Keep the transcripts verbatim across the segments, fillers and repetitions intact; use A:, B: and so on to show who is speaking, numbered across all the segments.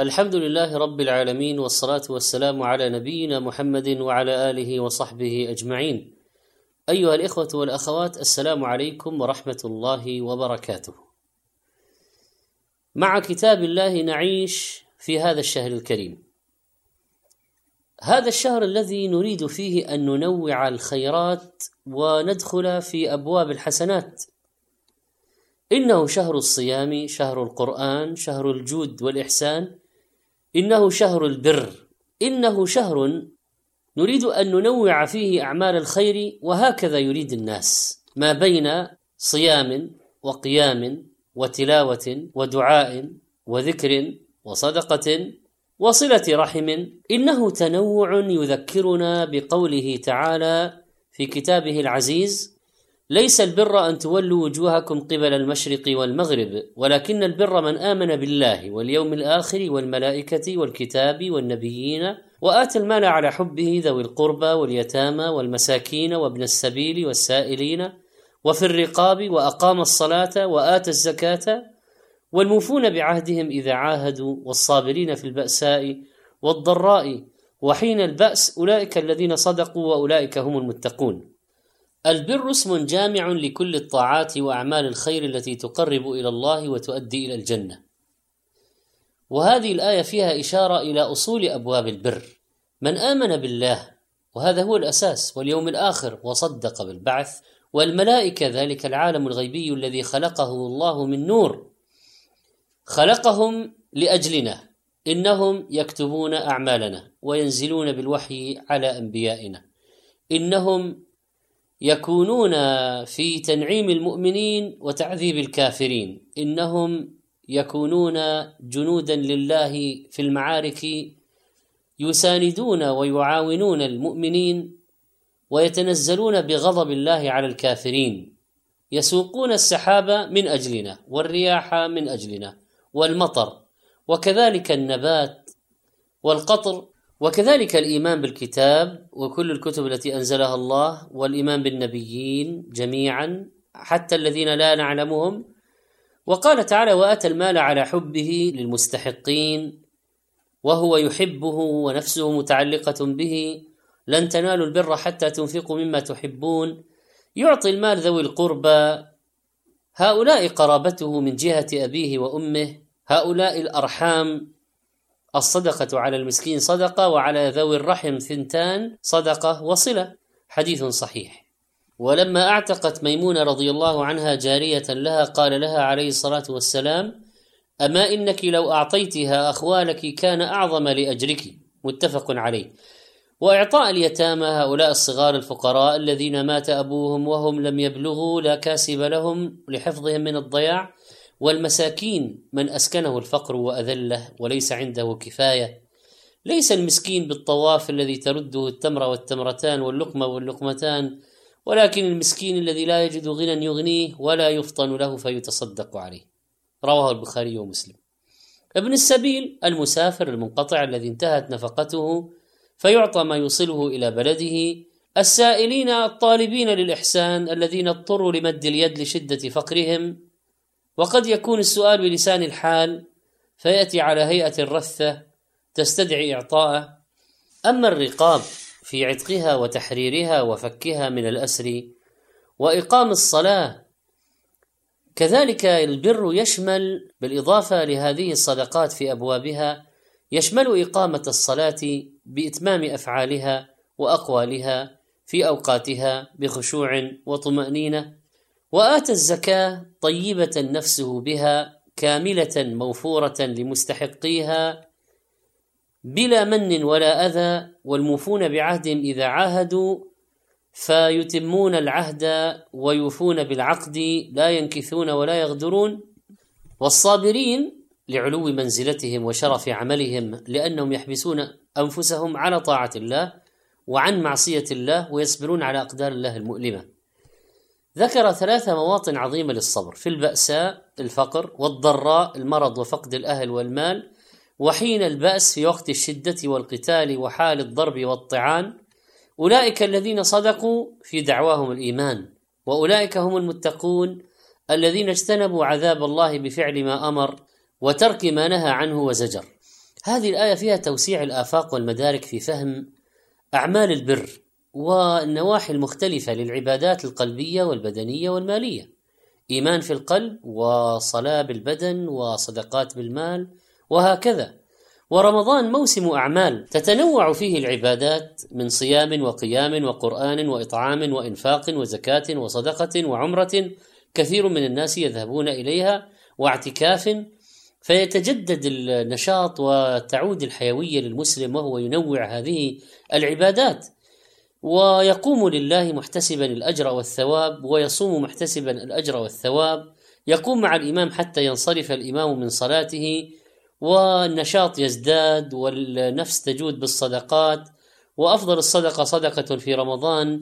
A: الحمد لله رب العالمين، والصلاة والسلام على نبينا محمد وعلى آله وصحبه أجمعين. أيها الإخوة والأخوات، السلام عليكم ورحمة الله وبركاته. مع كتاب الله نعيش في هذا الشهر الكريم، هذا الشهر الذي نريد فيه أن ننوع الخيرات وندخل في أبواب الحسنات. إنه شهر الصيام، شهر القرآن، شهر الجود والإحسان، إنه شهر البر، إنه شهر نريد أن ننوع فيه أعمال الخير، وهكذا يريد الناس، ما بين صيام وقيام وتلاوة ودعاء وذكر وصدقة وصلة رحم. إنه تنوع يذكرنا بقوله تعالى في كتابه العزيز: ليس البر أن تولوا وجوهكم قبل المشرق والمغرب، ولكن البر من آمن بالله واليوم الآخر والملائكة والكتاب والنبيين وآتى المال على حبه ذوي القربى واليتامى والمساكين وابن السبيل والسائلين وفي الرقاب، وأقام الصلاة وآتى الزكاة والموفون بعهدهم إذا عاهدوا، والصابرين في البأساء والضراء وحين البأس، أولئك الذين صدقوا وأولئك هم المتقون. البر اسم جامع لكل الطاعات وأعمال الخير التي تقرب إلى الله وتؤدي إلى الجنة. وهذه الآية فيها إشارة إلى أصول أبواب البر: من آمن بالله، وهذا هو الأساس، واليوم الآخر، وصدق بالبعث والملائكة، ذلك العالم الغيبي الذي خلقه الله من نور، خلقهم لأجلنا، إنهم يكتبون أعمالنا وينزلون بالوحي على أنبيائنا، إنهم يكونون في تنعيم المؤمنين وتعذيب الكافرين، إنهم يكونون جنودا لله في المعارك، يساندون ويعاونون المؤمنين، ويتنزلون بغضب الله على الكافرين، يسوقون السحاب من أجلنا والرياح من أجلنا والمطر، وكذلك النبات والقطر، وكذلك الإيمان بالكتاب وكل الكتب التي أنزلها الله، والإيمان بالنبيين جميعا حتى الذين لا نعلمهم. وقال تعالى: وآتى المال على حبه للمستحقين وهو يحبه ونفسه متعلقة به، لن تنالوا البر حتى تنفقوا مما تحبون. يعطي المال ذوي القربى، هؤلاء قرابته من جهة أبيه وأمه، هؤلاء الأرحام، الصدقة على المسكين صدقة، وعلى ذوي الرحم ثنتان صدقة وصلة، حديث صحيح. ولما اعتقت ميمونة رضي الله عنها جارية لها، قال لها عليه الصلاة والسلام: أما إنك لو أعطيتها أخوالك كان أعظم لأجرك، متفق عليه. وإعطاء اليتامى، هؤلاء الصغار الفقراء الذين مات أبوهم وهم لم يبلغوا لا كاسب لهم لحفظهم من الضياع، والمساكين من أسكنه الفقر وأذله وليس عنده كفاية. ليس المسكين بالطواف الذي ترده التمر والتمرتان واللقمة واللقمتان، ولكن المسكين الذي لا يجد غنى يغنيه ولا يفطن له فيتصدق عليه، رواه البخاري ومسلم. ابن السبيل، المسافر المنقطع الذي انتهت نفقته فيعطى ما يوصله إلى بلده. السائلين، الطالبين للإحسان الذين اضطروا لمد اليد لشدة فقرهم، وقد يكون السؤال بلسان الحال فيأتي على هيئة الرثة تستدعي إعطاءه. أما الرقاب في عتقها وتحريرها وفكها من الأسر، وإقام الصلاة، كذلك البر يشمل بالإضافة لهذه الصدقات في أبوابها، يشمل إقامة الصلاة بإتمام أفعالها وأقوالها في أوقاتها بخشوع وطمأنينة. وآتى الزكاة طيبة نفسه بها، كاملة موفورة لمستحقيها بلا من ولا أذى، والموفون بعهدهم إذا عاهدوا فيتمون العهد ويوفون بالعقد، لا ينكثون ولا يغدرون. والصابرين لعلو منزلتهم وشرف عملهم، لأنهم يحبسون أنفسهم على طاعة الله وعن معصية الله، ويصبرون على أقدار الله المؤلمة. ذكر ثلاث مواطن عظيمة للصبر: في البأساء الفقر، والضراء المرض وفقد الأهل والمال، وحين البأس في وقت الشدة والقتال وحال الضرب والطعان. أولئك الذين صدقوا في دعواهم الإيمان، وأولئك هم المتقون الذين اجتنبوا عذاب الله بفعل ما أمر وترك ما نهى عنه وزجر. هذه الآية فيها توسيع الآفاق والمدارك في فهم أعمال البر والنواحي المختلفة للعبادات القلبية والبدنية والمالية، إيمان في القلب وصلاة بالبدن وصدقات بالمال وهكذا. ورمضان موسم أعمال تتنوع فيه العبادات من صيام وقيام وقرآن وإطعام وإنفاق وزكاة وصدقة وعمرة، كثير من الناس يذهبون إليها، واعتكاف، فيتجدد النشاط وتعود الحيوية للمسلم وهو ينوع هذه العبادات، ويقوم لله محتسبا الأجر والثواب، ويصوم محتسبا الأجر والثواب، يقوم مع الإمام حتى ينصرف الإمام من صلاته، والنشاط يزداد والنفس تجود بالصدقات. وأفضل الصدقة صدقة في رمضان،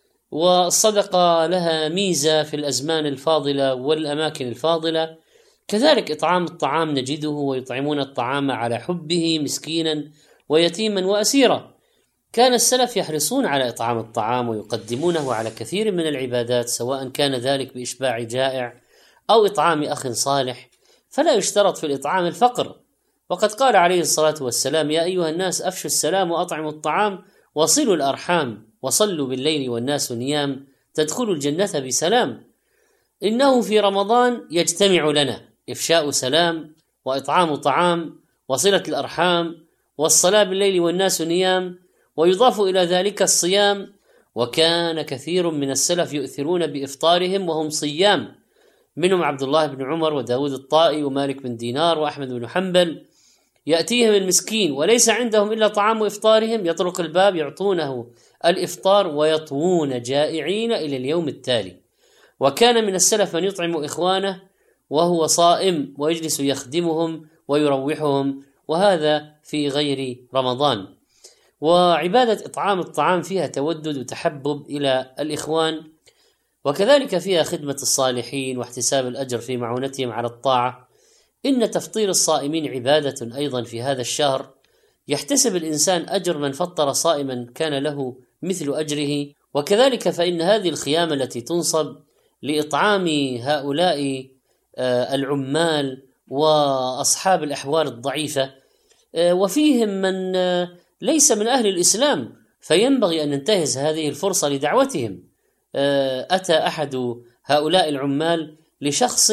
A: والصدقة لها ميزة في الأزمان الفاضلة والأماكن الفاضلة. كذلك إطعام الطعام نجده ويطعمون الطعام على حبه مسكينا ويتيما وأسيرا. كان السلف يحرصون على إطعام الطعام ويقدمونه على كثير من العبادات، سواء كان ذلك بإشباع جائع أو إطعام أخ صالح، فلا يشترط في الإطعام الفقر. وقد قال عليه الصلاة والسلام: يا أيها الناس أفشوا السلام وأطعموا الطعام وصلوا الأرحام وصلوا بالليل والناس نيام تدخلوا الجنة بسلام. إنه في رمضان يجتمع لنا إفشاء سلام وإطعام طعام وصلة الأرحام والصلاة بالليل والناس نيام، ويضاف إلى ذلك الصيام. وكان كثير من السلف يؤثرون بإفطارهم وهم صيام، منهم عبد الله بن عمر وداود الطائي ومالك بن دينار وأحمد بن حنبل. يأتيهم المسكين وليس عندهم إلا طعام إفطارهم، يطرق الباب يعطونه الإفطار ويطوون جائعين إلى اليوم التالي. وكان من السلف من يطعم إخوانه وهو صائم ويجلس يخدمهم ويروحهم، وهذا في غير رمضان. وعبادة إطعام الطعام فيها تودد وتحبب إلى الإخوان، وكذلك فيها خدمة الصالحين واحتساب الأجر في معونتهم على الطاعة. إن تفطير الصائمين عبادة أيضا في هذا الشهر، يحتسب الإنسان أجر من فطر صائما كان له مثل أجره. وكذلك فإن هذه الخيام التي تنصب لإطعام هؤلاء العمال وأصحاب الأحوال الضعيفة، وفيهم من ليس من أهل الإسلام، فينبغي أن ننتهز هذه الفرصة لدعوتهم. أتى أحد هؤلاء العمال لشخص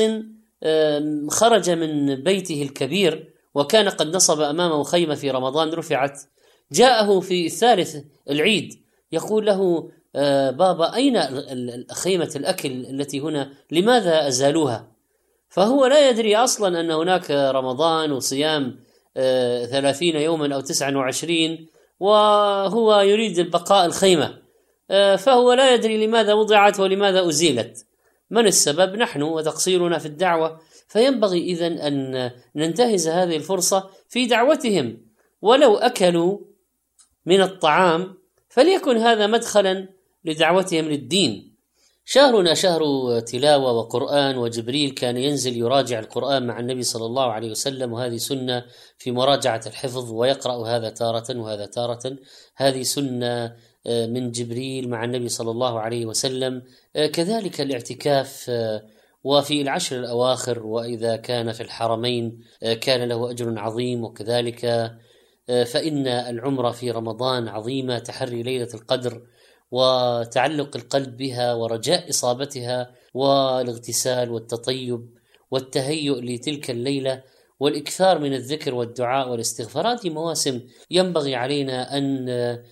A: خرج من بيته الكبير وكان قد نصب أمامه خيمة في رمضان رفعت، جاءه في الثالث العيد يقول له: بابا أين خيمة الأكل التي هنا؟ لماذا أزالوها؟ فهو لا يدري أصلا أن هناك رمضان وصيام ثلاثين يوما أو تسعة وعشرين، وهو يريد البقاء الخيمة، فهو لا يدري لماذا وضعت ولماذا أزيلت. من السبب؟ نحن وتقصيرنا في الدعوة. فينبغي إذن أن ننتهز هذه الفرصة في دعوتهم، ولو أكلوا من الطعام فليكن هذا مدخلا لدعوتهم للدين. شهرنا شهر تلاوة وقرآن، وجبريل كان ينزل يراجع القرآن مع النبي صلى الله عليه وسلم، وهذه سنة في مراجعة الحفظ، ويقرأ هذا تارة وهذا تارة، هذه سنة من جبريل مع النبي صلى الله عليه وسلم. كذلك الاعتكاف وفي العشر الأواخر، وإذا كان في الحرمين كان له أجر عظيم. وكذلك فإن العمرة في رمضان عظيمة، تحري ليلة القدر وتعلق القلب بها ورجاء إصابتها، والاغتسال والتطيب والتهيؤ لتلك الليلة والإكثار من الذكر والدعاء والاستغفار. هذه مواسم ينبغي علينا أن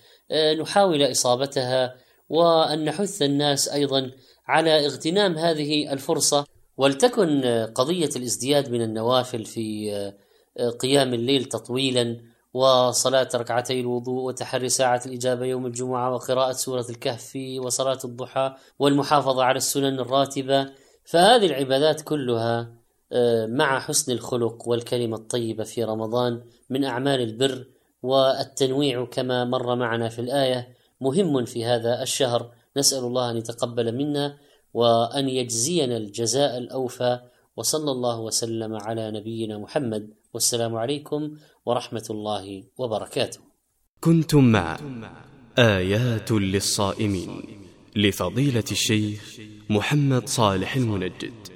A: نحاول إصابتها، وأن نحث الناس أيضا على اغتنام هذه الفرصة. ولتكن قضية الازدياد من النوافل في قيام الليل تطويلا، وصلاة ركعتي الوضوء، وتحري ساعة الإجابة يوم الجمعة، وقراءة سورة الكهف، وصلاة الضحى، والمحافظة على السنن الراتبة. فهذه العبادات كلها مع حسن الخلق والكلمة الطيبة في رمضان من أعمال البر، والتنويع كما مر معنا في الآية مهم في هذا الشهر. نسأل الله أن يتقبل منا وأن يجزينا الجزاء الأوفى، وصلى الله وسلم على نبينا محمد، والسلام عليكم ورحمة الله وبركاته.
B: كنتم مع آيات للصائمين لفضيلة الشيخ محمد صالح المنجد.